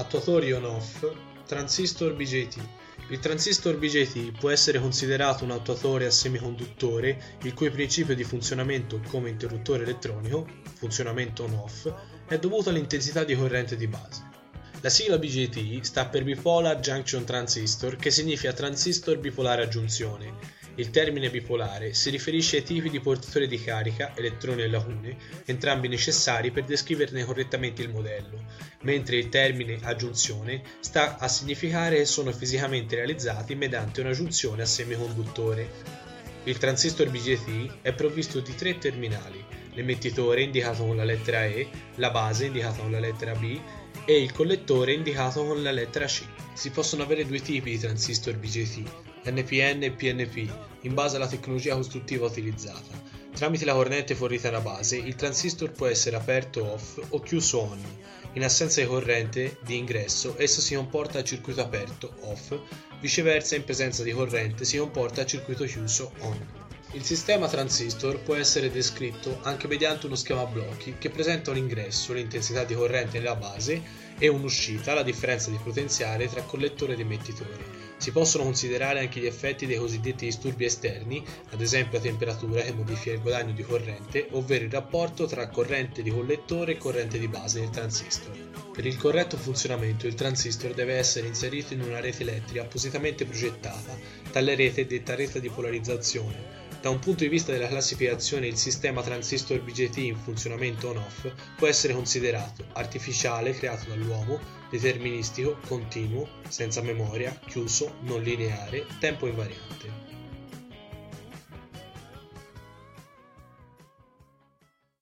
Attuatori on-off, transistor BJT. Il transistor BJT può essere considerato un attuatore a semiconduttore il cui principio di funzionamento come interruttore elettronico, funzionamento on-off, è dovuto all'intensità di corrente di base. La sigla BJT sta per Bipolar Junction Transistor, che significa transistor bipolare a giunzione. Il termine bipolare si riferisce ai tipi di portatori di carica, elettroni e lacune, entrambi necessari per descriverne correttamente il modello, mentre il termine a giunzione sta a significare che sono fisicamente realizzati mediante una giunzione a semiconduttore. Il transistor BJT è provvisto di 3 terminali, l'emettitore indicato con la lettera E, la base indicata con la lettera B e il collettore indicato con la lettera C. Si possono avere 2 tipi di transistor BJT, NPN e PNP, in base alla tecnologia costruttiva utilizzata. Tramite la corrente fornita alla base, il transistor può essere aperto off o chiuso on. In assenza di corrente di ingresso, esso si comporta a circuito aperto off, viceversa in presenza di corrente si comporta a circuito chiuso on. Il sistema transistor può essere descritto anche mediante uno schema a blocchi che presenta un ingresso, l'intensità di corrente nella base, e un'uscita, la differenza di potenziale tra collettore ed emettitore. Si possono considerare anche gli effetti dei cosiddetti disturbi esterni, ad esempio la temperatura che modifica il guadagno di corrente, ovvero il rapporto tra corrente di collettore e corrente di base del transistor. Per il corretto funzionamento il transistor deve essere inserito in una rete elettrica appositamente progettata. Tale rete è detta rete di polarizzazione. Da un punto di vista della classificazione, il sistema transistor BJT in funzionamento on-off può essere considerato artificiale, creato dall'uomo, deterministico, continuo, senza memoria, chiuso, non lineare, tempo invariante.